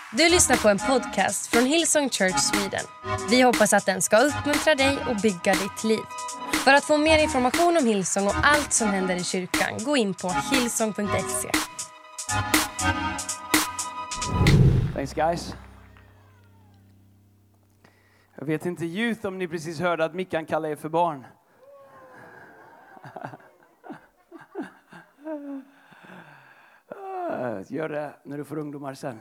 Du lyssnar på en podcast från Hillsong Church Sweden. Vi hoppas att den ska uppmuntra dig och bygga ditt liv. För att få mer information om Hillsong och allt som händer i kyrkan, gå in på hillsong.se. Thanks guys. Jag vet inte youth om ni precis hörde att Mickan kallar er för barn. Gör det när du får ungdomar sen.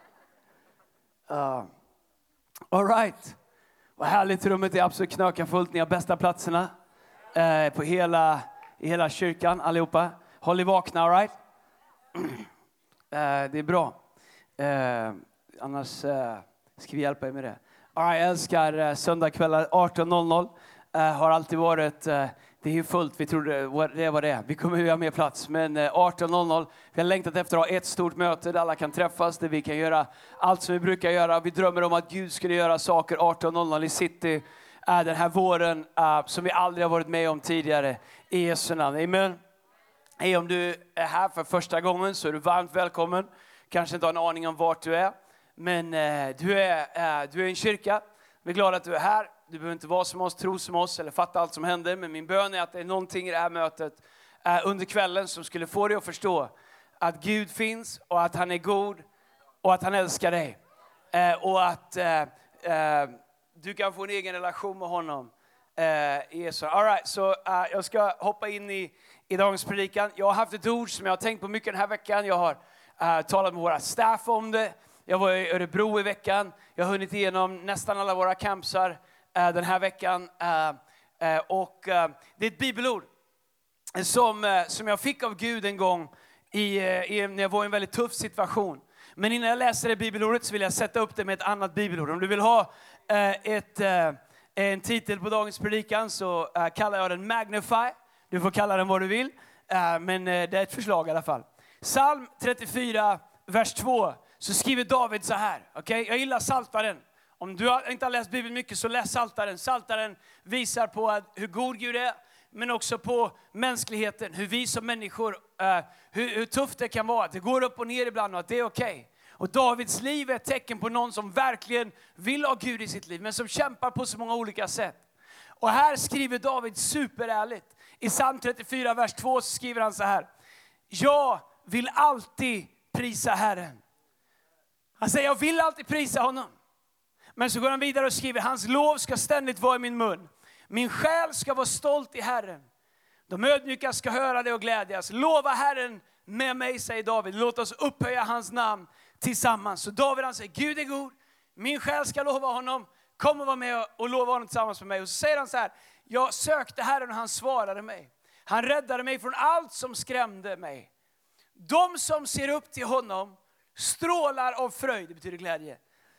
All right. Vad härligt, rummet är absolut knökafullt. Ni har bästa platserna på i hela kyrkan allihopa. Håll er vakna, all right? Det är bra. Annars ska vi hjälpa er med det. All right, jag älskar söndagkvällar 18:00. Har alltid varit... Det är ju fullt, vi tror det var det. Vi kommer ju ha mer plats, men 18:00. Vi har längtat efter att ha ett stort möte där alla kan träffas, där vi kan göra allt som vi brukar göra. Vi drömmer om att Gud skulle göra saker 18:00 i city den här våren som vi aldrig har varit med om tidigare i Jesu namn. Amen. Hej, om du är här för första gången så är du varmt välkommen. Kanske inte har en aning om vart du är, men du är i en kyrka. Vi är glada att du är här. Du behöver inte vara som oss, tro som oss eller fatta allt som händer. Men min bön är att det är någonting i det här mötet under kvällen som skulle få dig att förstå att Gud finns och att han är god och att han älskar dig. Och att du kan få en egen relation med honom. All right, så jag ska hoppa in i dagens predikan. Jag har haft ett ord som jag har tänkt på mycket den här veckan. Jag har talat med våra staff om det. Jag var i Örebro i veckan. Jag har hunnit igenom nästan alla våra campsar den här veckan. Och det är ett bibelord som jag fick av Gud en gång när jag var i en väldigt tuff situation. Men innan jag läser det bibelordet så vill jag sätta upp det med ett annat bibelord. Om du vill ha en titel på dagens predikan så kallar jag den Magnify. Du får kalla den vad du vill. Men det är ett förslag i alla fall. Psalm 34, vers 2. Så skriver David så här. Okay? Jag gillar Psaltaren. Om du inte har läst Bibeln mycket så läs Psaltaren. Psaltaren visar på hur god Gud är. Men också på mänskligheten. Hur vi som människor, hur tufft det kan vara. Att det går upp och ner ibland och att det är okej. Och Davids liv är ett tecken på någon som verkligen vill ha Gud i sitt liv. Men som kämpar på så många olika sätt. Och här skriver David superärligt. I Psalm 34, vers 2 så skriver han så här. Jag vill alltid prisa Herren. Han säger, jag vill alltid prisa honom. Men så går han vidare och skriver, hans lov ska ständigt vara i min mun. Min själ ska vara stolt i Herren. De ödmjuka ska höra det och glädjas. Lova Herren med mig, säger David. Låt oss upphöja hans namn tillsammans. Så David han säger, Gud är god. Min själ ska lova honom. Kom och vara med och lova honom tillsammans med mig. Och så säger han så här, jag sökte Herren och han svarade mig. Han räddade mig från allt som skrämde mig. De som ser upp till honom strålar av fröjd, det betyder glädje.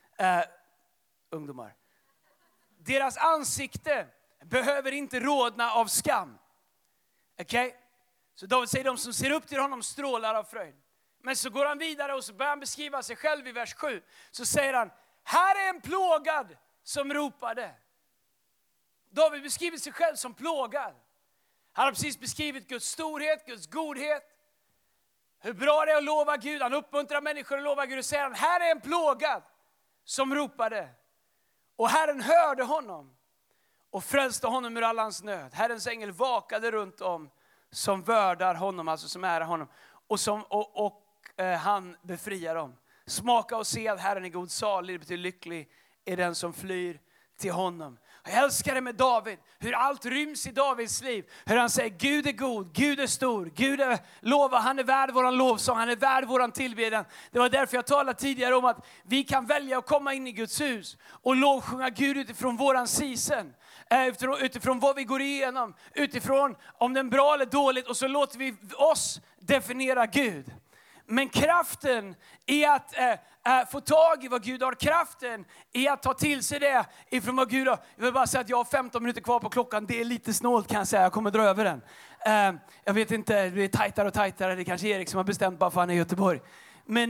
Ungdomar. Deras ansikte behöver inte rodna av skam. Okej? Okay? Så David säger, de som ser upp till honom strålar av fröjd. Men så går han vidare och så börjar han beskriva sig själv i vers 7. Så säger han, här är en plågad som ropade. David beskriver sig själv som plågad. Han har precis beskrivit Guds storhet, Guds godhet. Hur bra det är att lova Gud. Han uppmuntrar människor att lova Gud och säger han, här är en plågad som ropade. Och Herren hörde honom och frälste honom ur all hans nöd. Herrens ängel vakade runt om som värdar honom, alltså som ärar honom. Och han befriar dem. Smaka och se att Herren är god, salig, det betyder lycklig, är den som flyr till honom. Jag älskar det med David, hur allt ryms i Davids liv. Hur han säger, Gud är god, Gud är stor, Gud är lovad, han är värd våran lovsång, han är värd våran tillbedjan. Det var därför jag talade tidigare om att vi kan välja att komma in i Guds hus och lovsjunga Gud utifrån våran season. Utifrån vad vi går igenom, utifrån om det är bra eller dåligt, och så låter vi oss definiera Gud. Men kraften i att få tag i vad Gud har, kraften i att ta till sig det ifrån vad Gud har. Jag vill bara säga att jag har 15 minuter kvar på klockan. Det är lite snålt kan jag säga, jag kommer dra över den. Jag vet inte, det blir tajtare och tajtare. Det är kanske Erik som har bestämt bara för han är i Göteborg. Men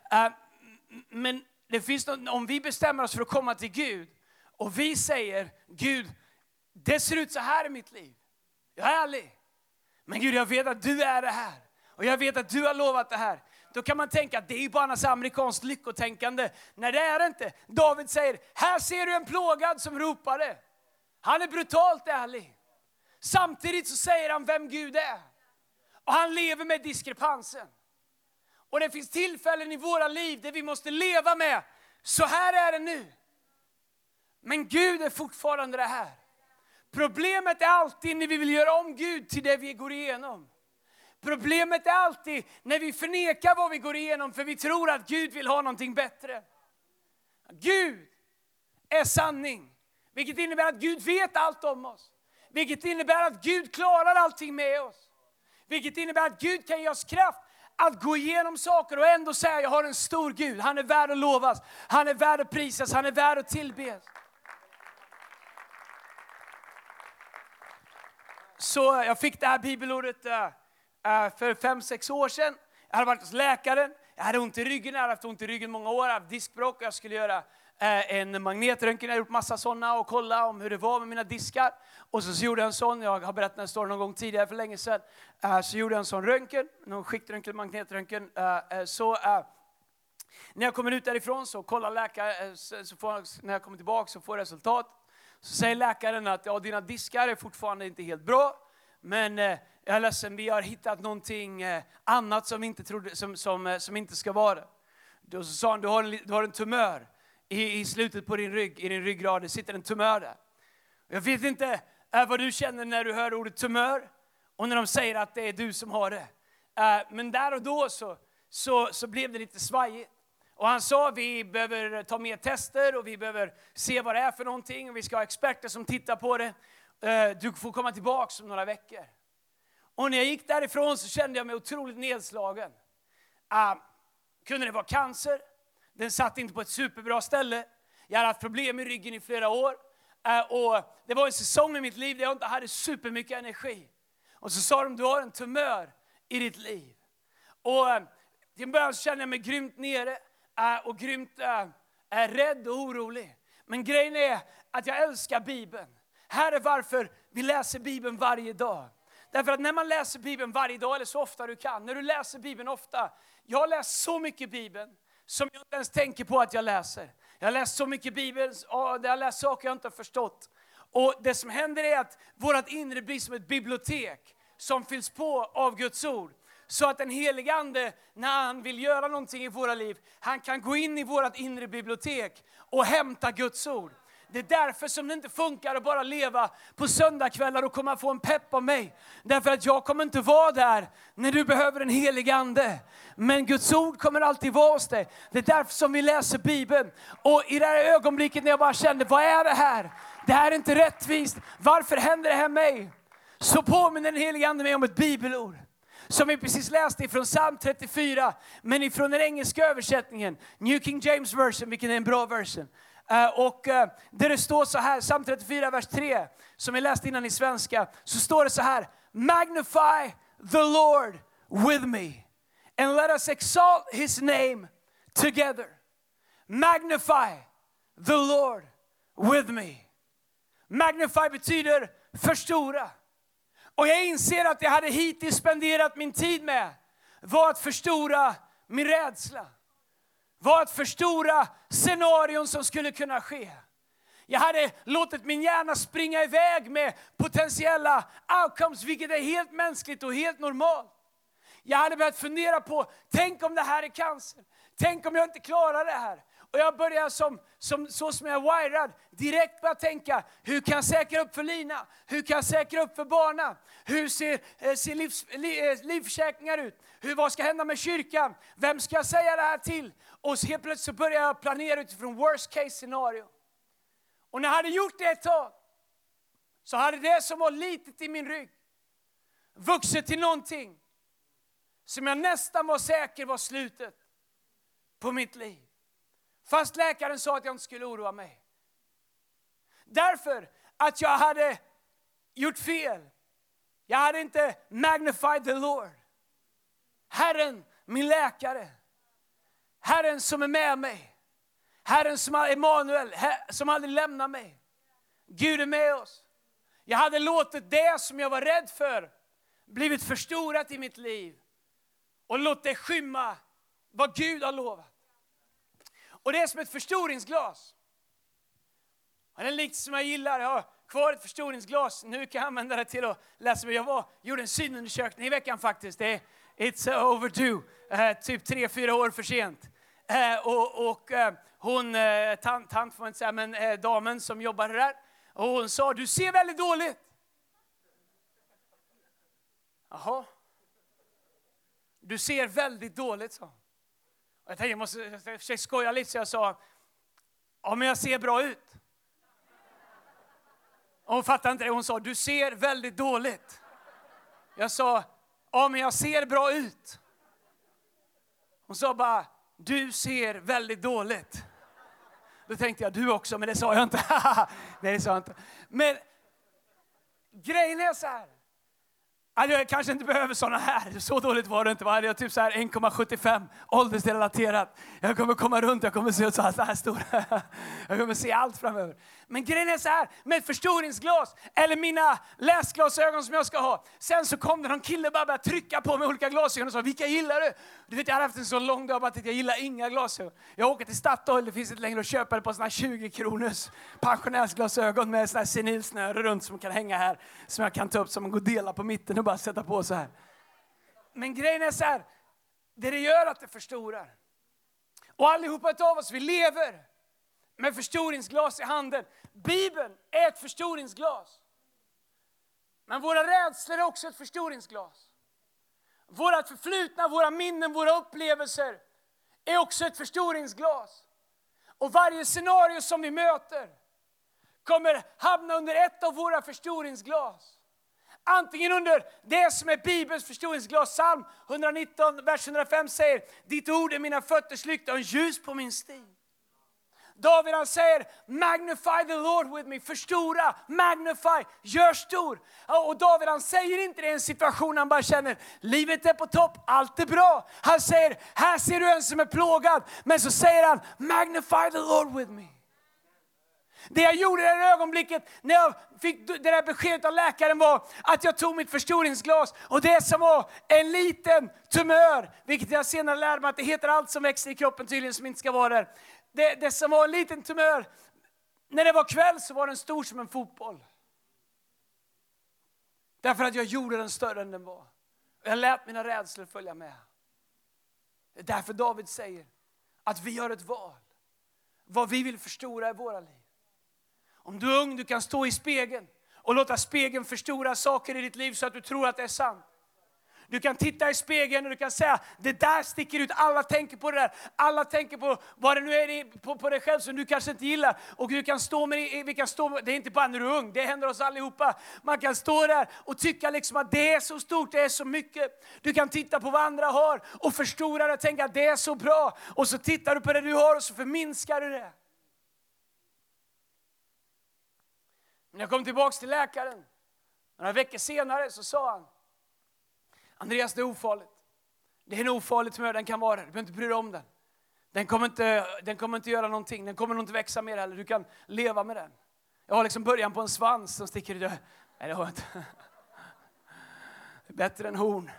det finns något, om vi bestämmer oss för att komma till Gud och vi säger, Gud, det ser ut så här i mitt liv. Jag är ärlig. Men Gud, jag vet att du är det här. Och jag vet att du har lovat det här. då kan man tänka att det är bara en amerikanskt lyckotänkande. Nej, det är det inte. David säger, här ser du en plågad som ropade. Han är brutalt ärlig. Samtidigt så säger han vem Gud är. Och han lever med diskrepansen. Och det finns tillfällen i våra liv där vi måste leva med, så här är det nu. Men Gud är fortfarande det här. Problemet är alltid när vi vill göra om Gud till det vi går igenom. Problemet är alltid när vi förnekar vad vi går igenom för vi tror att Gud vill ha någonting bättre. Gud är sanning. Vilket innebär att Gud vet allt om oss. Vilket innebär att Gud klarar allting med oss. Vilket innebär att Gud kan ge oss kraft att gå igenom saker och ändå säga jag har en stor Gud. Han är värd att lovas. Han är värd att prisas. Han är värd att tillbes. Så jag fick det här bibelordet för 5-6 år sedan. Jag hade varit hos läkaren. Jag hade ont i ryggen. Jag hade haft ont i ryggen många år. Jag hade diskbråck. Jag skulle göra en magnetröntgen. Jag har gjort massa sådana och kolla om hur det var med mina diskar. Och så gjorde jag en sån. Jag har berättat en story någon gång tidigare för länge sedan. Så gjorde jag en sån röntgen. Någon skiktröntgen, magnetröntgen. När jag kommer ut därifrån så kollar läkaren. När jag kommer tillbaka så får jag resultat. Så säger läkaren att ja, dina diskar är fortfarande inte helt bra. Men jag är ledsen, vi har hittat någonting annat som, inte trodde, som inte ska vara. Då så sa han, du har en tumör i slutet på din rygg, i din ryggrad. Det sitter en tumör där. Jag vet inte vad du känner när du hör ordet tumör. Och när de säger att det är du som har det. Men där och då så blev det lite svajigt. Och han sa vi behöver ta mer tester och vi behöver se vad det är för någonting. Och vi ska ha experter som tittar på det. Du får komma tillbaka om några veckor. Och när jag gick därifrån så kände jag mig otroligt nedslagen. Kunde det vara cancer? Den satt inte på ett superbra ställe. Jag hade haft problem i ryggen i flera år. Och det var en säsong i mitt liv där jag inte hade supermycket energi. Och så sa de, du har en tumör i ditt liv. Och till en början så kände jag mig grymt nere. Och grymt rädd och orolig. Men grejen är att jag älskar Bibeln. Här är varför vi läser Bibeln varje dag. Därför att när man läser Bibeln varje dag, eller så ofta du kan. När du läser Bibeln ofta. Jag har läst så mycket Bibeln som jag inte ens tänker på att jag läser. Jag har läst så mycket Bibeln och jag har läst saker jag inte har förstått. Och det som händer är att vårt inre blir som ett bibliotek som fylls på av Guds ord. Så att den helige ande, när han vill göra någonting i våra liv, han kan gå in i vårt inre bibliotek och hämta Guds ord. Det är därför som det inte funkar att bara leva på söndagskvällar och komma få en pepp av mig. Därför att jag kommer inte vara där när du behöver en helig ande. Men Guds ord kommer alltid vara hos dig. Det är därför som vi läser Bibeln. Och i det här ögonblicket när jag bara kände, vad är det här? Det här är inte rättvist. Varför händer det här mig? Så påminner den helige ande mig om ett bibelord. Som vi precis läste ifrån Psalm 34. Men ifrån den engelska översättningen. New King James version, vilken är en bra version. Och där det står så här, Psalm 34 vers 3. Som vi läste innan i svenska. Så står det så här. Magnify the Lord with me. And let us exalt his name together. Magnify the Lord with me. Magnify betyder förstora. Och jag inser att jag hade hittills spenderat min tid med var att förstora min rädsla. Var att förstora scenarion som skulle kunna ske. Jag hade låtit min hjärna springa iväg med potentiella outcomes, vilket är helt mänskligt och helt normalt. Jag hade börjat fundera på, tänk om det här är cancer. Tänk om jag inte klarar det här. Och jag började så som jag är wired direkt börja tänka, hur kan jag säkra upp för Lina? Hur kan jag säkra upp för barnen? Hur ser livförsäkringar ut? Vad ska hända med kyrkan? Vem ska jag säga det här till? Och så helt plötsligt så började jag planera utifrån worst case scenario. Och när jag hade gjort det ett tag så hade det som var litet i min rygg vuxit till någonting som jag nästan var säker var slutet på mitt liv. Fast läkaren sa att jag inte skulle oroa mig. Därför att jag hade gjort fel. Jag hade inte magnified the Lord. Herren, min läkare. Herren som är med mig. Herren som är Emanuel, som aldrig lämnar mig. Gud är med oss. Jag hade låtit det som jag var rädd för blivit förstorat i mitt liv. Och låt det skymma vad Gud har lovat. Och det är som ett förstoringsglas. Och det är likt som jag gillar. Jag har kvar ett förstoringsglas. Nu kan jag använda det till att läsa. Jag gjorde en synundersökning i veckan faktiskt. It's overdue. Typ 3-4 år för sent. Hon, tant får man inte säga, men damen som jobbade där. Och hon sa, du ser väldigt dåligt. Jaha. Du ser väldigt dåligt, så. Jag tänkte, jag måste försöka skoja lite, så jag sa, ja men jag ser bra ut. Och hon fattade inte det, hon sa, du ser väldigt dåligt. Jag sa, ja men jag ser bra ut. Hon sa bara, du ser väldigt dåligt. Då tänkte jag, du också, men det sa jag inte. Nej, det sa jag inte. Men grejen är så här. Att jag kanske inte behöver såna här. Så dåligt var det inte. Var jag typ så här 1,75 åldersrelaterat. Jag kommer komma runt, jag kommer se ut så här stor. Jag kommer se allt framöver. Men grejen är så här, med ett förstoringsglas eller mina läsglasögon som jag ska ha. Sen så kom det någon kille bara började trycka på med olika glasögon och sa, vilka gillar du? Du vet, jag har haft en så lång dag att jag gillar inga glasögon. Jag åker till Statoil, det finns inte längre att köpa det på såna här 20 kronors pensionärsglasögon med såna här senilsnöre runt som kan hänga här. Som jag kan ta upp, som man går och dela på mitten och bara sätta på så här. Men grejen är så här, det gör att det förstorar. Och allihopa av oss, vi lever med förstoringsglas i handen. Bibeln är ett förstoringsglas. Men våra rädslor är också ett förstoringsglas. Våra förflutna, våra minnen, våra upplevelser är också ett förstoringsglas. Och varje scenario som vi möter kommer hamna under ett av våra förstoringsglas. Antingen under det som är Bibelns förstoringsglas. Psalm 119, vers 105 säger, ditt ord är mina fötters lykta och en ljus på min stig. David han säger, magnify the Lord with me. Förstora, magnify, gör stor. Och David han säger inte det i en situation han bara känner, livet är på topp, allt är bra. Han säger, här ser du en som är plågad. Men så säger han, magnify the Lord with me. Det jag gjorde i det ögonblicket när jag fick det där beskedet av läkaren var att jag tog mitt förstoringsglas. Och det som var en liten tumör, vilket jag senare lärde mig att det heter allt som växer i kroppen tydligen som inte ska vara där. Det som var en liten tumör, när det var kväll så var den stor som en fotboll. Därför att jag gjorde den större än den var. Jag lät mina rädslor följa med. Det är därför David säger att vi gör ett val. Vad vi vill förstora i våra liv. Om du är ung, du kan stå i spegeln och låta spegeln förstora saker i ditt liv så att du tror att det är sant. Du kan titta i spegeln och du kan säga, det där sticker ut, alla tänker på det där. Alla tänker på vad det nu är på dig själv som du kanske inte gillar. Och du kan stå med, det är inte bara när du är ung, det händer oss allihopa. Man kan stå där och tycka liksom att det är så stort, det är så mycket. Du kan titta på vad andra har och förstora det och tänka att det är så bra. Och så tittar du på det du har och så förminskar du det. När jag kom tillbaka till läkaren, några veckor senare så sa han, Andreas, det är ofarligt. Det är en ofarlig tumör, den kan vara det. Du behöver inte bry dig om den. Den kommer inte göra någonting. Den kommer nog inte växa mer heller. Du kan leva med den. Jag har liksom början på en svans som sticker i död. Nej, det har jag inte. Det är bättre än horn.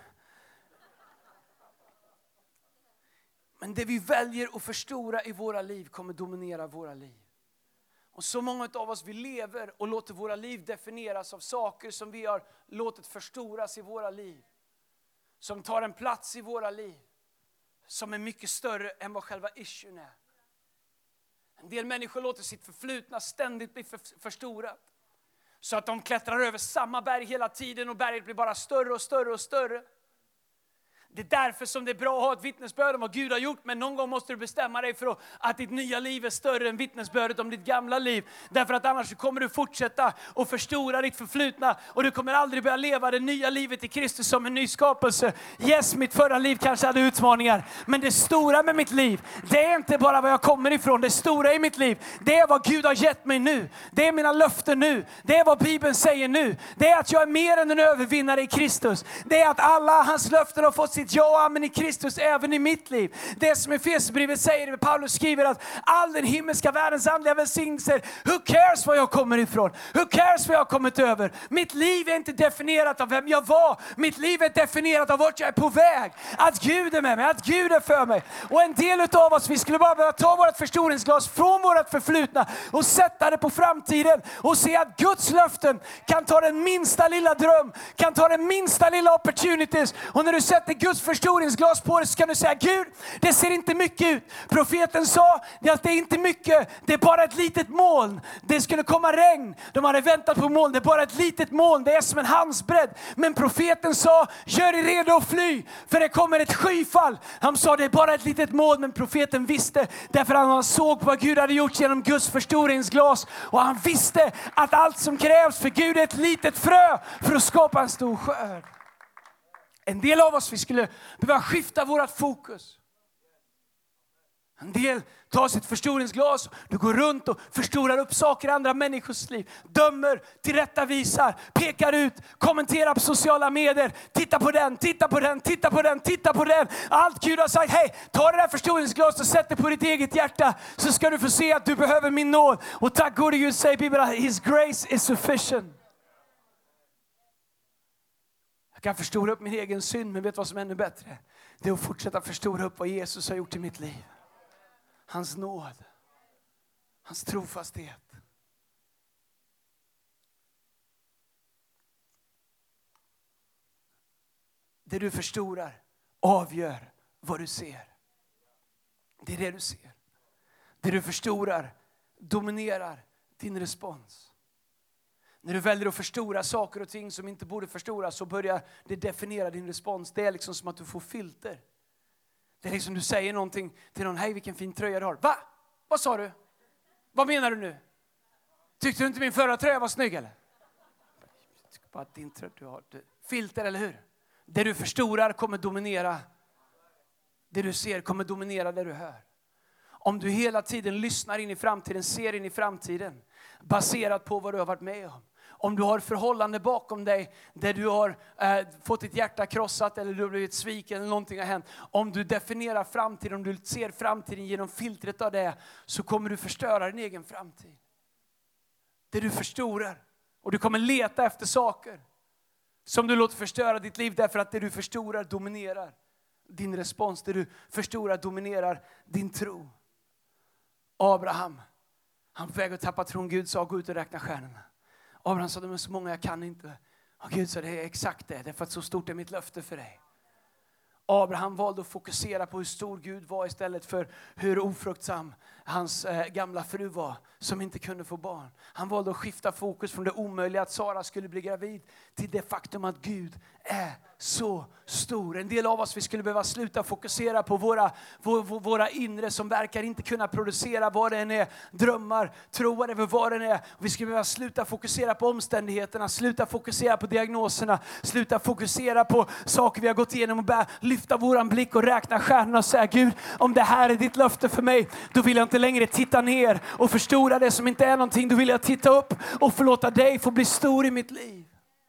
Men det vi väljer att förstora i våra liv kommer dominera våra liv. Och så många av oss, vi lever och låter våra liv definieras av saker som vi har låtit förstoras i våra liv. Som tar en plats i våra liv. Som är mycket större än vad själva issuen är. En del människor låter sitt förflutna ständigt bli förstorat. Så att de klättrar över samma berg hela tiden och berget blir bara större och större och större. Det är därför som det är bra att ha ett vittnesbörd om vad Gud har gjort. Men någon gång måste du bestämma dig för att ditt nya liv är större än vittnesbördet om ditt gamla liv. Därför att annars kommer du fortsätta att förstora ditt förflutna. Och du kommer aldrig börja leva det nya livet i Kristus som en ny skapelse. Yes, mitt förra liv kanske hade utmaningar. Men det stora med mitt liv, det är inte bara var jag kommer ifrån. Det stora i mitt liv, det är vad Gud har gett mig nu. Det är mina löften nu. Det är vad Bibeln säger nu. Det är att jag är mer än en övervinnare i Kristus. Det är att alla hans löften har fått sitt ja och amen i Kristus även i mitt liv. Det som Efesierbrevet säger, Paulus skriver att all den himmelska världens andliga välsignelser, who cares var jag kommer ifrån? Who cares vad jag har kommit över? Mitt liv är inte definierat av vem jag var. Mitt liv är definierat av vart jag är på väg. Att Gud är med mig, att Gud är för mig. Och en del av oss, vi skulle bara behöva ta vårt förstoringsglas från vårt förflutna och sätta det på framtiden och se att Guds löften kan ta den minsta lilla dröm, kan ta den minsta lilla opportunities. Och när du sätter Guds förstoringsglas på det så kan du säga, Gud, det ser inte mycket ut. Profeten sa att det är inte mycket, det är bara ett litet moln. Det skulle komma regn, de hade väntat på moln, det är bara ett litet moln, det är som en handsbredd. Men profeten sa, gör er redo att fly, för det kommer ett skyfall. Han sa, det är bara ett litet moln, men profeten visste, därför att han såg vad Gud hade gjort genom Guds förstoringsglas. Och han visste att allt som krävs för Gud är ett litet frö för att skapa en stor skörd. En del av oss, vi skulle behöva skifta vårt fokus. En del tar sitt förstoringsglas, du går runt och förstorar upp saker i andra människors liv. Dömer, tillrättavisar, pekar ut, kommenterar på sociala medier. Titta på den, titta på den, titta på den, titta på den. Allt Gud har sagt, hej, ta det där förstoringsglaset och sätt det på ditt eget hjärta. Så ska du få se att du behöver min nåd. Och tack gode Gud, säger Bibeln, his grace is sufficient. Jag kan förstora upp min egen synd, men vet vad som är ännu bättre? Det är att fortsätta förstora upp vad Jesus har gjort i mitt liv. Hans nåd. Hans trofasthet. Det du förstorar avgör vad du ser. Det är det du ser. Det du förstorar dominerar din respons. När du väljer att förstora saker och ting som inte borde förstoras, så börjar det definiera din respons. Det är liksom som att du får filter. Det är liksom du säger någonting till någon, hej vilken fin tröja du har. Va? Vad sa du? Vad menar du nu? Tyckte du inte min förra tröja var snygg eller? Jag tycker bara att din tröja du har. Filter, eller hur? Det du förstorar kommer dominera. Det du ser kommer dominera det du hör. Om du hela tiden lyssnar in i framtiden, ser in i framtiden, baserat på vad du har varit med om. Om du har förhållande bakom dig där du har fått ditt hjärta krossat eller du har blivit sviken eller någonting har hänt. Om du definierar framtiden, om du ser framtiden genom filtret av det, så kommer du förstöra din egen framtid. Det du förstorar. Och du kommer leta efter saker som du låter förstöra ditt liv, därför att det du förstorar dominerar din respons. Det du förstorar dominerar din tro. Abraham, han var på väg att tappa tron. Gud sa, gå ut och räkna stjärnorna. Abraham sa, de är så många jag kan inte. Och Gud sa, det är exakt det. Därför att så stort är mitt löfte för dig. Abraham valde att fokusera på hur stor Gud var istället för hur ofruktsam hans gamla fru var som inte kunde få barn. Han valde att skifta fokus från det omöjliga att Sara skulle bli gravid till det faktum att Gud är så stor. En del av oss, vi skulle behöva sluta fokusera på våra inre som verkar inte kunna producera vad det än är. Drömmar, troar över vad det är. Vi skulle behöva sluta fokusera på omständigheterna, sluta fokusera på diagnoserna, sluta fokusera på saker vi har gått igenom och börja lyfta våran blick och räkna stjärnorna och säga, Gud, om det här är ditt löfte för mig, då vill jag inte längre titta ner och förstora det som inte är någonting. Då vill jag titta upp och förlåta dig få bli stor i mitt liv.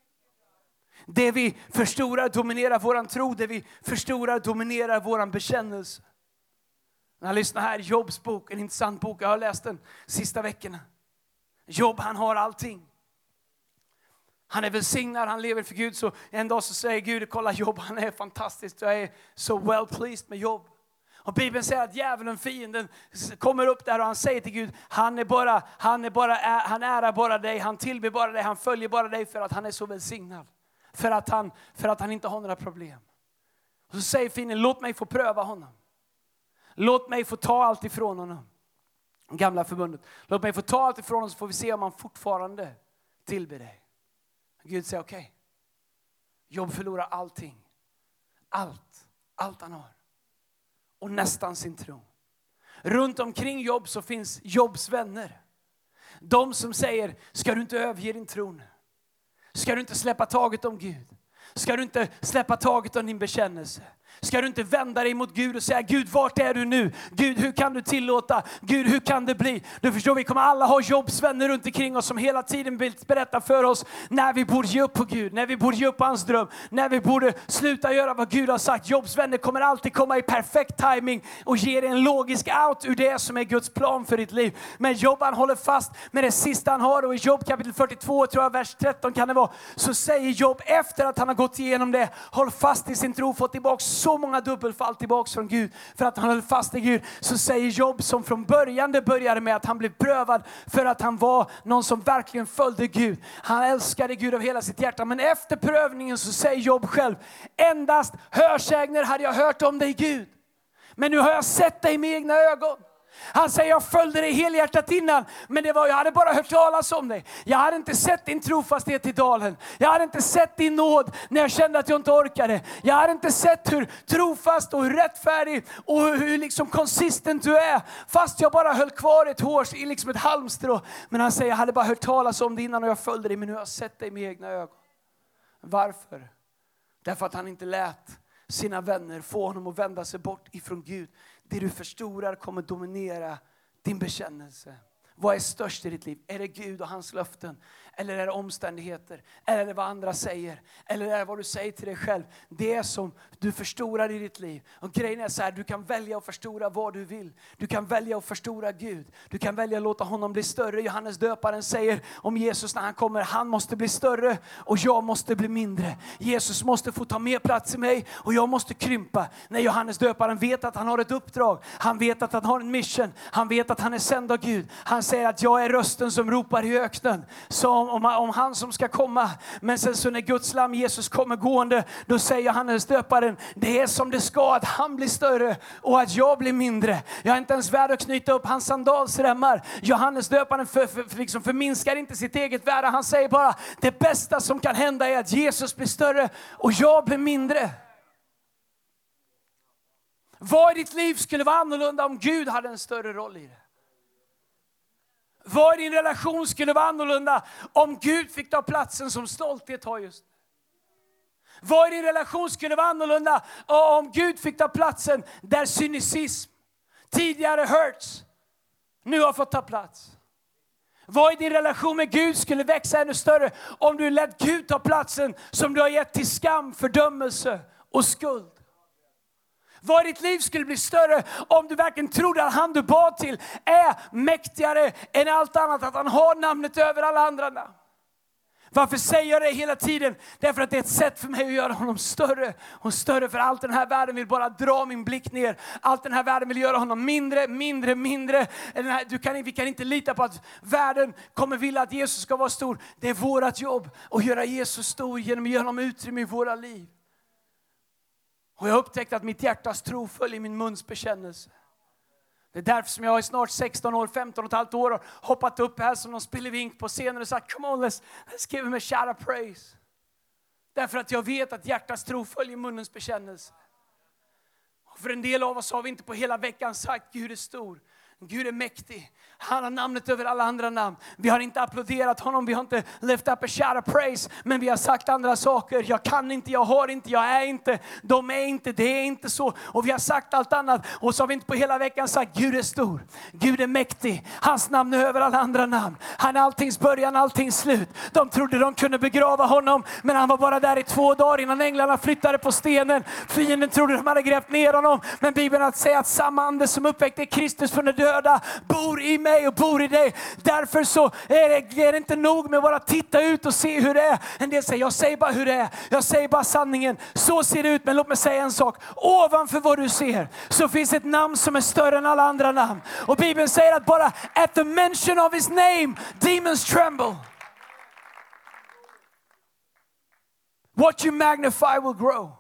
Det vi förstorar dominerar våran tro. Det vi förstorar dominerar våran bekännelse. När jag lyssnar här, Jobs bok, en intressant bok. Jag har läst den sista veckorna. Jobb, han har allting. Han är välsignad, han lever för Gud. Så en dag så säger Gud, kolla Jobb, han är fantastisk. Jag är så well pleased med Jobb. Och Bibeln säger att djävulen, fienden, kommer upp där och han säger till Gud, han ärar bara dig, han tillber bara dig, han följer bara dig för att han är så välsignad. För att han inte har några problem. Och så säger fienden, låt mig få pröva honom. Låt mig få ta allt ifrån honom. Gamla förbundet. Låt mig få ta allt ifrån honom så får vi se om han fortfarande tillber dig. Gud säger okej. Jobb förlorar allting. Allt han har. Och nästan sin tro. Runt omkring Jobb så finns Jobbs vänner. De som säger, ska du inte överge din tro nu? Ska du inte släppa taget om Gud? Ska du inte släppa taget om din bekännelse? Ska du inte vända dig mot Gud och säga, Gud, vart är du nu? Gud, hur kan du tillåta? Gud, hur kan det bli? Du förstår, vi kommer alla ha jobbsvänner runt omkring oss som hela tiden vill berätta för oss när vi borde ge upp på Gud, när vi borde ge upp på hans dröm, när vi borde sluta göra vad Gud har sagt. Jobbsvänner kommer alltid komma i perfekt timing och ge dig en logisk out ur det som är Guds plan för ditt liv. Men Jobb, han håller fast med det sista han har, och i Jobb kapitel 42, tror jag, vers 13 kan det vara, så säger Jobb efter att han har gått igenom det, håll fast i sin tro, fått tillbaka så många dubbelfall tillbaks från Gud för att han höll fast i Gud. Så säger Jobb, som från början det började med att han blev prövad för att han var någon som verkligen följde Gud. Han älskade Gud av hela sitt hjärta, men efter prövningen så säger Jobb själv, endast hörsägner hade jag hört om dig, Gud, men nu har jag sett dig med egna ögon. Han säger, jag följde dig helhjärtat innan, men jag hade bara hört talas om dig. Jag hade inte sett din trofasthet i dalen. Jag hade inte sett din nåd när jag kände att jag inte orkade. Jag hade inte sett hur trofast och hur rättfärdig och hur liksom konsistent du är, fast jag bara höll kvar ett hårs i liksom ett halmstrå. Men han säger, jag hade bara hört talas om dig innan och jag följde dig, men nu har jag sett dig med egna ögon. Varför? Därför att han inte lät sina vänner få honom att vända sig bort ifrån Gud. Det du förstorar kommer dominera din bekännelse. Vad är störst i ditt liv? Är det Gud och hans löften? Eller är det omständigheter? Eller är det vad andra säger? Eller är det vad du säger till dig själv? Det som du förstorar i ditt liv. Och grejen är så här, du kan välja att förstora vad du vill. Du kan välja att förstora Gud. Du kan välja att låta honom bli större. Johannes döparen säger om Jesus när han kommer, han måste bli större och jag måste bli mindre. Jesus måste få ta mer plats i mig och jag måste krympa. När Johannes döparen vet att han har ett uppdrag. Han vet att han har en mission. Han vet att han är sänd av Gud. Han säger att jag är rösten som ropar i öknen. Som om han som ska komma. Men sen så när Guds lam Jesus kommer gående, då säger Johannes döparen, det är som det ska, att han blir större och att jag blir mindre. Jag är inte ens värd att knyta upp hans sandalsremmar. Johannes döparen liksom förminskar inte sitt eget värde. Han säger bara, det bästa som kan hända är att Jesus blir större och jag blir mindre. Vad i ditt liv skulle vara annorlunda om Gud hade en större roll i det? Vad i din relation skulle vara annorlunda om Gud fick ta platsen som stolthet har just? Vad i din relation skulle vara annorlunda om Gud fick ta platsen där cynism tidigare hurts nu har fått ta plats? Vad i din relation med Gud skulle växa ännu större om du lät Gud ta platsen som du har gett till skam, fördömelse och skuld? Vad i ditt liv skulle bli större om du verkligen trodde att han du bad till är mäktigare än allt annat, att han har namnet över alla andra namn? Varför säger jag det hela tiden? Därför att det är ett sätt för mig att göra honom större och större. För allt den här världen vill bara dra min blick ner. Allt den här världen vill göra honom mindre. Vi kan inte lita på att världen kommer vilja att Jesus ska vara stor. Det är vårt jobb att göra Jesus stor genom att ge honom utrymme i våra liv. Och jag upptäckte att mitt hjärtas tro följer min muns bekännelse. Det är därför som jag i snart 16 år, 15 och ett halvt år har hoppat upp här som någon spillevink på scenen och sagt, come on, let's give him a shout of praise. Därför att jag vet att hjärtats tro följer munnens bekännelse. Och för en del av oss har vi inte på hela veckan sagt, Gud är stor. Gud är mäktig. Han har namnet över alla andra namn. Vi har inte applåderat honom. Vi har inte lift up a shout of praise. Men vi har sagt andra saker. Jag kan inte, jag har inte, jag är inte. De är inte, det är inte så. Och vi har sagt allt annat. Och så har vi inte på hela veckan sagt, Gud är stor. Gud är mäktig. Hans namn är över alla andra namn. Han är alltings början, alltings slut. De trodde de kunde begrava honom. Men han var bara där i 2 dagar innan änglarna flyttade på stenen. Fienden trodde de hade grävt ner honom. Men Bibeln säger att samma ande som uppväckte Kristus från de döda bor i mig och bor i dig. Därför så är det inte nog med att bara titta ut och se hur det är. En del säger, jag säger bara hur det är. Jag säger bara sanningen. Så ser det ut, men låt mig säga en sak. Ovanför vad du ser så finns ett namn som är större än alla andra namn. Och Bibeln säger att bara at the mention of his name, demons tremble. What you magnify will grow.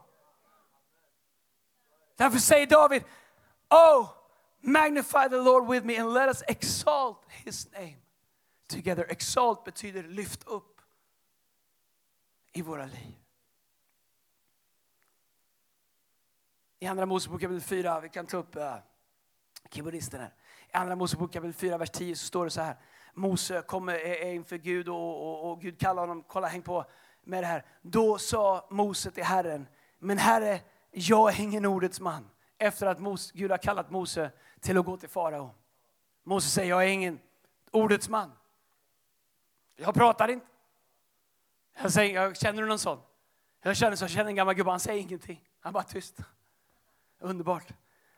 Därför säger David, magnify the Lord with me and let us exalt his name together. Exalt betyder lyft upp i våra liv. I andra Mosebok kapitel 4, vi kan ta upp keyboardisten här. I andra Mosebok kapitel 4, vers 10 så står det så här. Mose kommer inför Gud och Gud kallar honom, kolla häng på med det här. Då sa Mose till Herren, men Herre, jag är ingen ordets man. Efter att Gud har kallat Mose till att gå till farao. Mose säger, jag är ingen ordets man. Jag pratar inte. Jag säger, känner du någon sån? Jag känner en gammal gubbe, han säger ingenting. Han bara tyst. Underbart.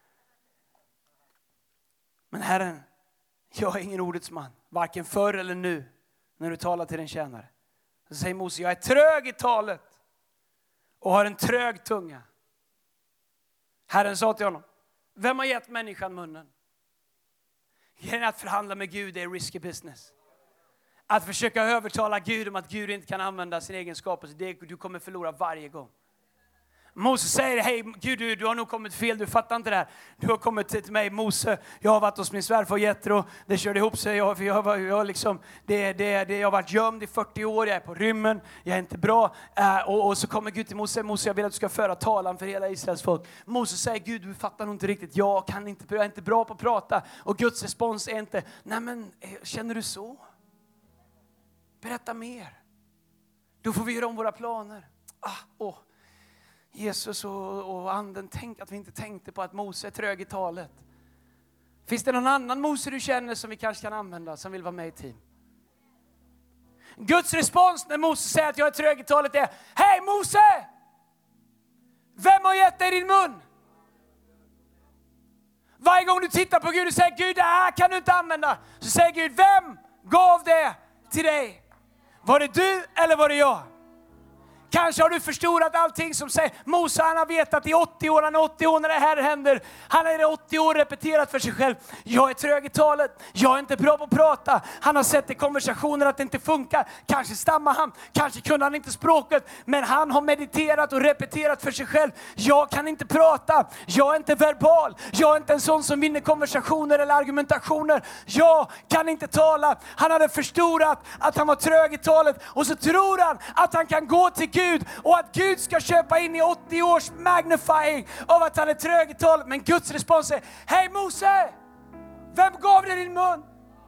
Men Herren, jag är ingen ordets man. Varken förr eller nu. När du talar till den tjänare. Så säger Mose, jag är trög i talet. Och har en trög tunga. Herren sa till honom, vem har gett människan munnen? Grejen att förhandla med Gud är risky business. Att försöka övertala Gud om att Gud inte kan använda sin egenskaper. Så det du kommer förlora varje gång. Mose säger, hej Gud, du har nog kommit fel, du fattar inte det här. Du har kommit till mig, Mose, jag har varit hos min svärfar Jetro, det körde ihop sig, jag har varit gömd i 40 år, jag är på rymmen, jag är inte bra. Och så kommer Gud till Mose, jag vill att du ska föra talan för hela Israels folk. Mose säger, Gud, du fattar nog inte riktigt, jag är inte bra på att prata. Och Guds respons är inte, nej men, känner du så? Berätta mer. Då får vi göra om våra planer. Jesus och anden, tänk att vi inte tänkte på att Mose är trög i talet. Finns det någon annan Mose du känner som vi kanske kan använda, som vill vara med i team? Guds respons när Mose säger att jag är trög i talet är, hej Mose! Vem har gett dig din mun? Varje gång du tittar på Gud och säger, Gud, det här kan du inte använda. Så säger Gud, vem gav det till dig? Var det du eller var det jag? Kanske har du förstorat allting som säger, Mose han har vetat i 80 år, han är 80 år när det här händer. Han har i 80 år repeterat för sig själv, jag är trög i talet, jag är inte bra på att prata. Han har sett i konversationer att det inte funkar. Kanske stammar han, kanske kunde han inte språket. Men han har mediterat och repeterat för sig själv, jag kan inte prata, jag är inte verbal. Jag är inte en sån som vinner konversationer eller argumentationer. Jag kan inte tala. Han hade förstorat att han var trög i talet. Och så tror han att han kan gå till Gud och att Gud ska köpa in i 80 års magnifying av att han är trög i talet. Men Guds respons är, hej Mose, vem gav dig din mun?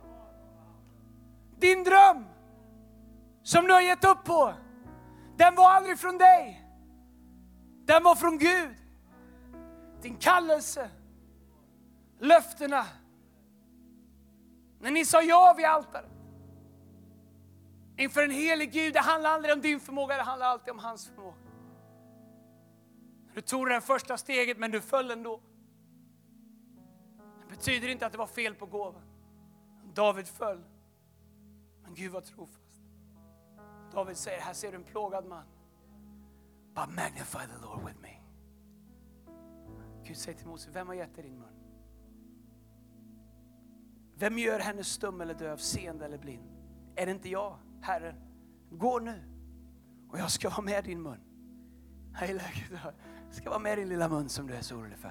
Din dröm som du har gett upp på, den var aldrig från dig. Den var från Gud. Din kallelse, löftena, när ni sa ja vid altaret inför en helig Gud, det handlar aldrig om din förmåga, det handlar alltid om hans förmåga. Du tog det första steget men du föll ändå. Det betyder inte att det var fel på gåvan. David föll, men Gud var trofast. David säger, här ser du en plågad man. But magnify the Lord with me. Gud säger till Mose, vem har gett dig din mun? Vem gör henne stum eller döv, seende eller blind? Är det inte jag, Herren? Gå nu och jag ska vara med din mun. Jag ska vara med din lilla mun som du är så orolig för.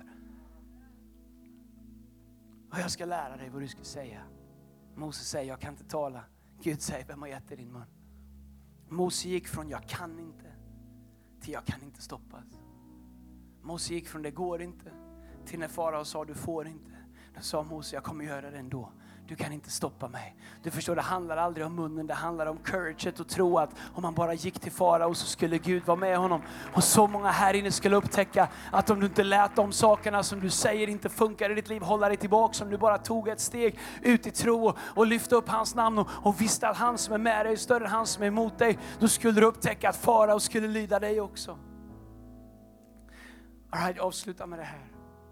Och jag ska lära dig vad du ska säga. Mose säger, jag kan inte tala. Gud säger, vem har gett dig din mun? Mose gick från jag kan inte till jag kan inte stoppas. Mose gick från det går inte till när farao sa du får inte. Då sa Mose, jag kommer göra det ändå. Du kan inte stoppa mig. Du förstår, det handlar aldrig om munnen. Det handlar om courage och tro att om han bara gick till farao så skulle Gud vara med honom. Och så många här inne skulle upptäcka att om du inte lät de sakerna som du säger inte funkar i ditt liv hålla dig tillbaka. Som du bara tog ett steg ut i tro och lyfte upp hans namn och visste att han som är med dig är större än han som är emot dig. Då skulle du upptäcka att farao skulle lyda dig också. All right, avsluta med det här.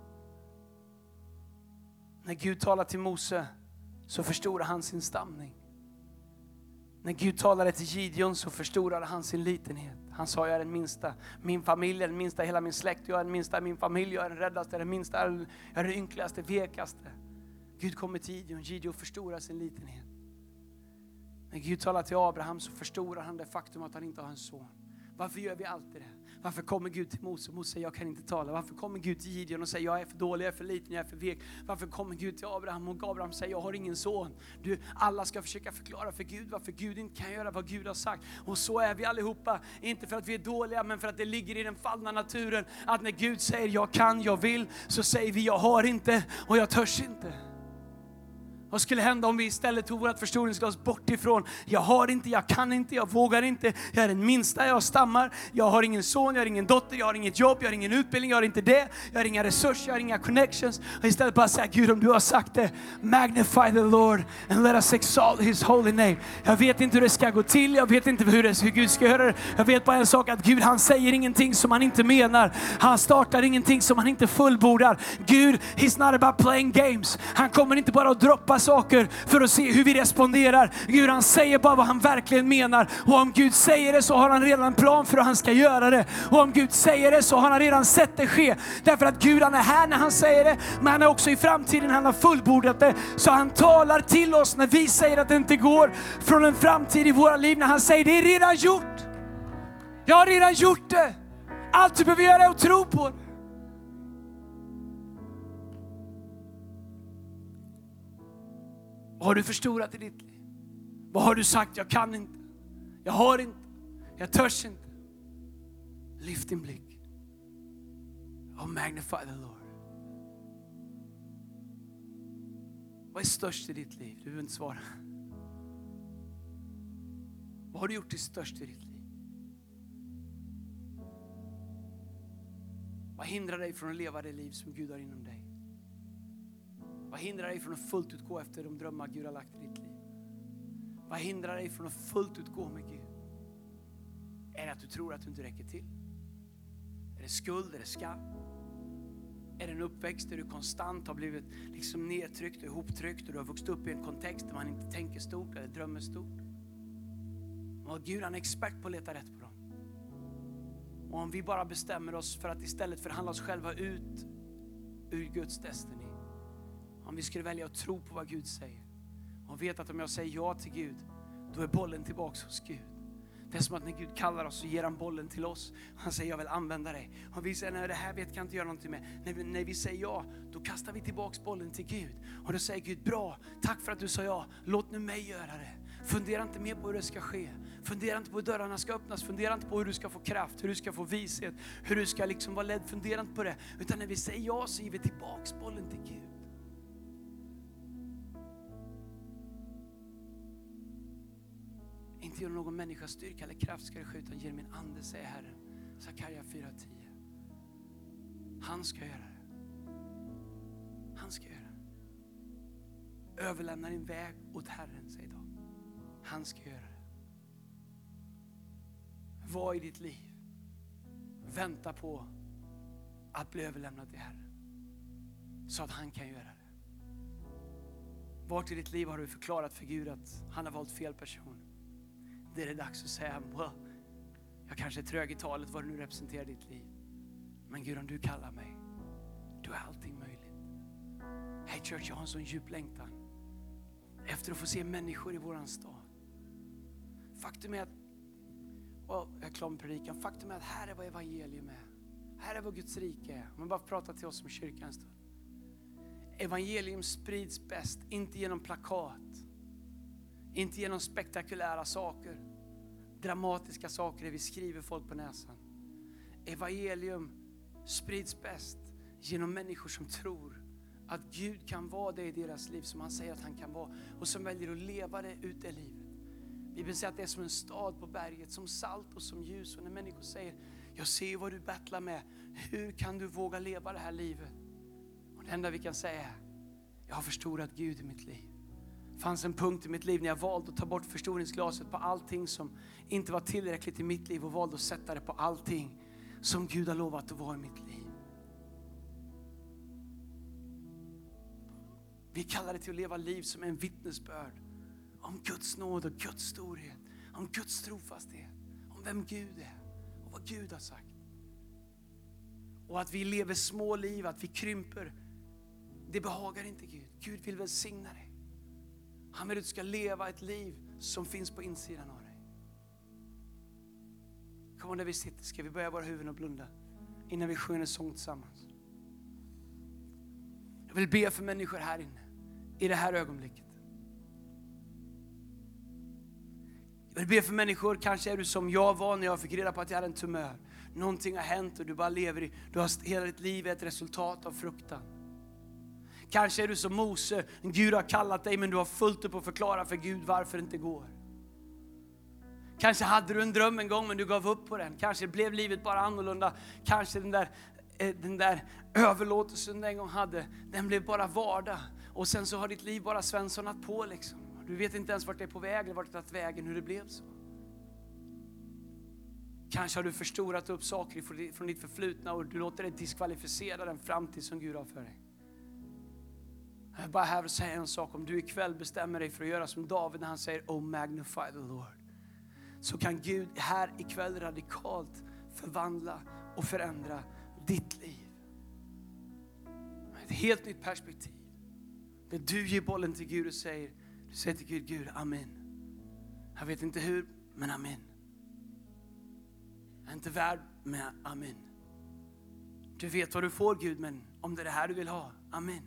När Gud talar till Mose så förstorar han sin stamning. När Gud talade till Gideon så förstorade han sin litenhet. Han sa, jag är den minsta. Min familj är den minsta, hela min släkt. Jag är den minsta, min familj. Jag är den räddaste, den minsta. Jag är den ynkligaste, vekaste. Gud kommer till Gideon. Gideon förstorar sin litenhet. När Gud talar till Abraham så förstorar han det faktum att han inte har en son. Varför gör vi alltid det? Varför kommer Gud till Mose och Mose säger jag kan inte tala? Varför kommer Gud till Gideon och säger jag är för dålig, jag är för liten, jag är för vek? Varför kommer Gud till Abraham och Abraham säger jag har ingen son? Alla ska försöka förklara för Gud varför Gud inte kan göra vad Gud har sagt. Och så är vi allihopa, inte för att vi är dåliga men för att det ligger i den fallna naturen. Att när Gud säger jag kan, jag vill, så säger vi jag har inte och jag törs inte. Vad skulle hända om vi istället tog vårt förstoringsglas bort ifrån? Jag har inte, jag kan inte, jag vågar inte. Jag är den minsta, jag stammar. Jag har ingen son, jag har ingen dotter, jag har inget jobb, jag har ingen utbildning, jag har inte det. Jag har inga resurser, jag har inga connections. Och istället bara säga, Gud, om du har sagt det, magnify the Lord and let us exalt his holy name. Jag vet inte hur det ska gå till, jag vet inte hur Gud ska göra det. Jag vet bara en sak, att Gud, han säger ingenting som han inte menar. Han startar ingenting som han inte fullbordar. Gud, he's not about playing games. Han kommer inte bara att droppa saker för att se hur vi responderar. Gud, han säger bara vad han verkligen menar. Och om Gud säger det så har han redan en plan för hur han ska göra det. Och om Gud säger det så har han redan sett det ske. Därför att Gud, han är här när han säger det, men han är också i framtiden, han har fullbordat det. Så han talar till oss när vi säger att det inte går, från en framtid i våra liv, när han säger, det är redan gjort. Jag har redan gjort det. Allt du behöver göra är att tro på det. Vad har du förstorat i ditt liv? Vad har du sagt? Jag kan inte. Jag har inte. Jag törs inte. Lyft din blick. Oh, magnify the Lord. Vad är störst i ditt liv? Du behöver inte svara. Vad har du gjort till störst i ditt liv? Vad hindrar dig från att leva det liv som Gud har inom dig? Vad hindrar dig från att fullt ut gå efter de drömmar Gud har lagt i ditt liv? Vad hindrar dig från att fullt ut gå med Gud? Är det att du tror att du inte räcker till? Är det skuld? Är det skam? Är det en uppväxt där du konstant har blivit liksom nedtryckt och ihoptryckt och du har vuxit upp i en kontext där man inte tänker stort eller drömmer stort? Och Gud, han är expert på att leta rätt på dem. Och om vi bara bestämmer oss för att istället förhandla oss själva ut ur Guds destiny. Om vi skulle välja att tro på vad Gud säger. Och vet att om jag säger ja till Gud, då är bollen tillbaka hos Gud. Det är som att när Gud kallar oss så ger han bollen till oss. Han säger, jag vill använda dig. Och vi säger, nej, det här vet jag inte göra någonting med. När vi säger ja, då kastar vi tillbaka bollen till Gud. Och då säger Gud, bra, tack för att du sa ja. Låt nu mig göra det. Fundera inte mer på hur det ska ske. Fundera inte på hur dörrarna ska öppnas. Fundera inte på hur du ska få kraft, hur du ska få vishet, hur du ska liksom vara ledd. Fundera inte på det. Utan när vi säger ja så ger vi tillbaka bollen till Gud. Inte genom någon människas styrka eller kraft ska det ske, utan genom min ande, säger Herren. Sakaria 4:10. Han ska göra det. Han ska göra det. Överlämna din väg åt Herren, säger idag. Han ska göra det. Vad i ditt liv vänta på att bli överlämnad till Herren, så att han kan göra det. Vart i ditt liv har du förklarat för Gud att han har valt fel person? Det är det dags att säga, well, jag kanske är trög i talet, vad du nu representerar ditt liv. Men Gud, om du kallar mig, då är allting möjligt. Hey church, jag har en sån djup längtan efter att få se människor i våran stad. Faktum är att, jag är klar med predikan. Faktum är att här är vad evangelium är. Här är vad Guds rike är. Man bara pratar till oss som kyrkan en stund. Evangelium sprids bäst, inte genom plakat. Inte genom spektakulära saker. Dramatiska saker där vi skriver folk på näsan. Evangelium sprids bäst genom människor som tror att Gud kan vara det i deras liv som han säger att han kan vara. Och som väljer att leva det ut i livet. Bibeln säger att det är som en stad på berget, som salt och som ljus. Och när människor säger, jag ser vad du battlar med. Hur kan du våga leva det här livet? Och det enda vi kan säga är, jag har förstorat Gud i mitt liv. Det fanns en punkt i mitt liv när jag valde att ta bort förstoringsglaset på allting som inte var tillräckligt i mitt liv. Och valde att sätta det på allting som Gud har lovat att vara i mitt liv. Vi kallar det till att leva liv som en vittnesbörd om Guds nåd och Guds storhet. Om Guds trofasthet. Om vem Gud är och vad Gud har sagt. Och att vi lever små liv, att vi krymper. Det behagar inte Gud. Gud vill välsigna dig. Han vill att du ska leva ett liv som finns på insidan av dig. Kom on, där vi sitter ska vi börja våra huvuden och blunda innan vi sjunger en sång tillsammans. Jag vill be för människor här inne i det här ögonblicket. Jag vill be för människor, kanske är du som jag var när jag fick reda på att jag hade en tumör. Någonting har hänt och du bara lever i, du har hela ditt liv ett resultat av fruktan. Kanske är du som Mose. Gud har kallat dig men du har fullt upp att förklara för Gud varför det inte går. Kanske hade du en dröm en gång men du gav upp på den. Kanske blev livet bara annorlunda. Kanske den där överlåtelsen du en gång hade, den blev bara vardag. Och sen så har ditt liv bara svenssonat på liksom. Du vet inte ens vart det är på väg eller vart det tagit vägen, hur det blev så. Kanske har du förstorat upp saker från ditt förflutna och du låter det diskvalificera den framtid som Gud har för dig. Jag är bara här och säger en sak. Om du ikväll bestämmer dig för att göra som David när han säger "Oh, magnify the Lord", så kan Gud här ikväll radikalt förvandla och förändra ditt liv. Ett helt nytt perspektiv. Där du ger bollen till Gud och säger, du säger till Gud, Gud, amen. Jag vet inte hur, men amen. Jag är inte värd, men amen. Du vet vad du får, Gud, men om det är det här du vill ha, amen.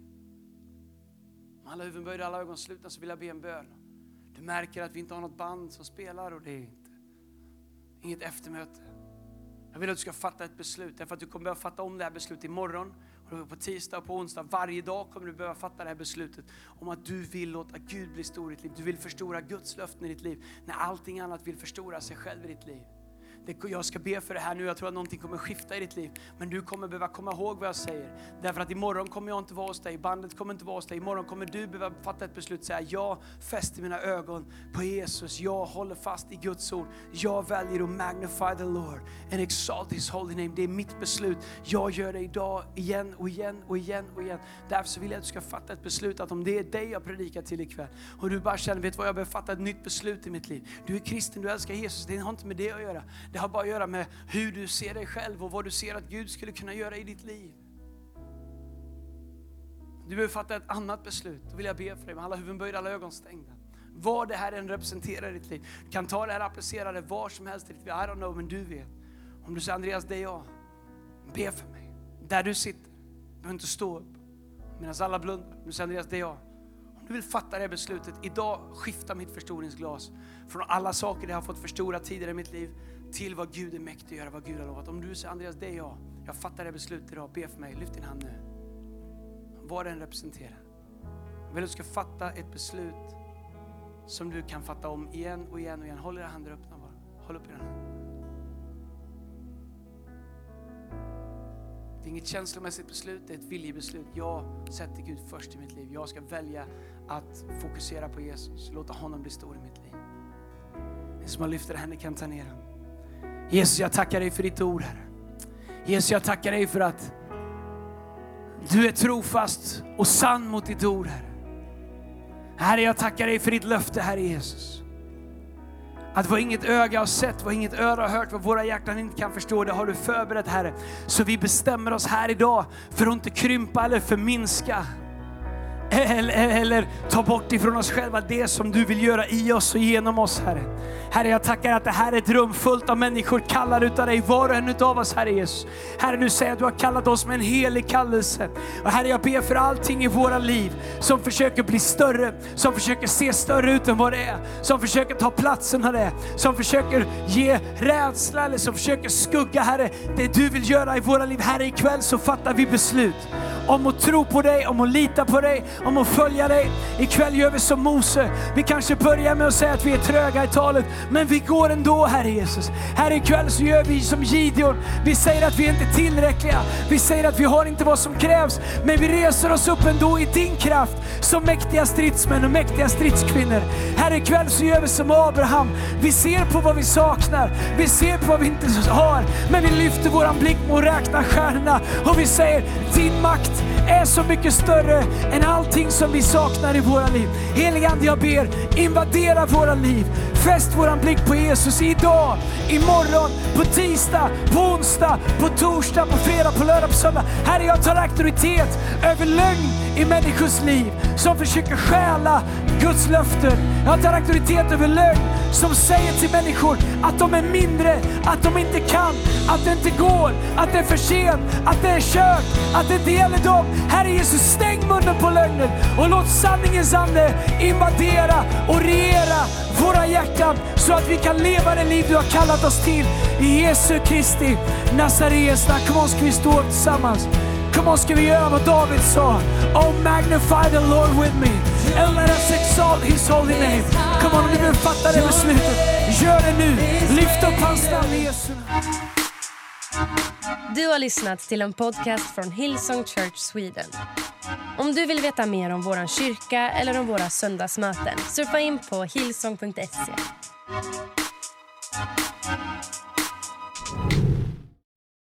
Med alla huvuden böjda, alla ögon slutna, så vill jag be en bön. Du märker att vi inte har något band som spelar och det är inget eftermöte. Jag vill att du ska fatta ett beslut, därför att du kommer behöva fatta om det här beslutet imorgon. Och på tisdag och på onsdag, varje dag kommer du behöva fatta det här beslutet om att du vill låta Gud bli stor i ditt liv. Du vill förstora Guds löften i ditt liv när allting annat vill förstora sig själv i ditt liv. Jag ska be för det här nu, jag tror att någonting kommer skifta i ditt liv. Men du kommer behöva komma ihåg vad jag säger. Därför att imorgon kommer jag inte vara hos dig, bandet kommer inte vara hos dig. Imorgon kommer du behöva fatta ett beslut och säga, jag fäster mina ögon på Jesus. Jag håller fast i Guds ord. Jag väljer att magnify the Lord and exalt his holy name. Det är mitt beslut. Jag gör det idag igen och igen och igen och igen. Därför så vill jag att du ska fatta ett beslut att om det är dig jag predikar till ikväll och du bara känner, vet vad, jag behöver fatta ett nytt beslut i mitt liv. Du är kristen, du älskar Jesus. Det har inte med det att göra. Det har bara att göra med hur du ser dig själv och vad du ser att Gud skulle kunna göra i ditt liv. Du behöver fatta ett annat beslut. Då vill jag be för dig med alla huvuden böjda, alla ögon stängda. Vad det här än representerar i ditt liv. Du kan ta det här och applicera det var som helst i ditt liv. I don't know, men du vet. Om du säger, Andreas, det är jag. Be för mig. Där du sitter. Du behöver inte stå upp. Medan alla blundar. Du säger, Andreas, det är jag. Du vill fatta det här beslutet. Idag skifta mitt förstoringsglas från alla saker jag har fått förstora tidigare i mitt liv till vad Gud är mäktig att göra, vad Gud har lovat. Om du säger, Andreas, det är jag. Jag fattar det beslutet idag. Be för mig. Lyft din hand nu. Vad den representerar. Jag vill att du ska fatta ett beslut som du kan fatta om igen och igen och igen. Håll era händer öppna bara. Håll upp era händer. Det är inget känslomässigt beslut, det är ett viljebeslut. Jag sätter Gud först i mitt liv. Jag ska välja att fokusera på Jesus. Låta honom bli stor i mitt liv. Det som har lyft henne kan ta ner den. Jesus, jag tackar dig för ditt ord, Herre. Jesus, jag tackar dig för att du är trofast och sann mot ditt ord, Herre. Herre, jag tackar dig för ditt löfte, Herre Jesus. Att vad inget öga har sett, vad inget öra har hört, vad våra hjärtan inte kan förstå, det har du förberett, Herre. Så vi bestämmer oss här idag för att inte krympa eller förminska. Eller ta bort ifrån oss själva det som du vill göra i oss och genom oss, Herre. Herre, jag tackar att det här är ett rum fullt av människor kallar utav dig, var och en utav oss, Herre Jesus. Herre, du säger att du har kallat oss med en helig kallelse. Och Herre, jag ber för allting i våra liv som försöker bli större, som försöker se större ut än vad det är, som försöker ta platsen av det, som försöker ge rädsla eller som försöker skugga, Herre, det du vill göra i våra liv. Herre, ikväll så fattar vi beslut om att tro på dig, om att lita på dig, om att följa dig. Ikväll gör vi som Mose. Vi kanske börjar med att säga att vi är tröga i talet, men vi går ändå, Herre Jesus. Här ikväll så gör vi som Gideon. Vi säger att vi inte är tillräckliga. Vi säger att vi har inte vad som krävs, men vi reser oss upp ändå i din kraft som mäktiga stridsmän och mäktiga stridskvinnor. Här ikväll så gör vi som Abraham. Vi ser på vad vi saknar. Vi ser på vad vi inte har, men vi lyfter våran blick och räknar stjärnorna och vi säger, din makt är så mycket större än allting som vi saknar i våra liv. Helige Ande, jag ber, invadera våra liv. Fäst våran blick på Jesus idag, imorgon, på tisdag, på onsdag, på torsdag, på fredag, på lördag, på söndag. Herre, jag tar auktoritet över lögn i människors liv som försöker stjäla Guds löften. Jag tar auktoritet över lögn som säger till människor att de är mindre, att de inte kan, att det inte går, att det är för sent, att det är kört, att det inte gäller dem. Herre Jesus, stäng munnen på lögnen och låt sanningens ande invadera och regera våra hjärtan så att vi kan leva det liv du har kallat oss till. I Jesu Kristi Nazareens namn. Kom on, ska vi stå upp tillsammans. Come on, ska vi göra vad David sa? Oh, magnify the Lord with me and let us exalt his holy name. Come on, om du vill fatta det beslutet, gör det nu. Lyft upp hans namn i Jesu namn. Du har lyssnat till en podcast från Hillsong Church Sweden. Om du vill veta mer om våran kyrka eller om våra söndagsmöten, surfa in på hillsong.se.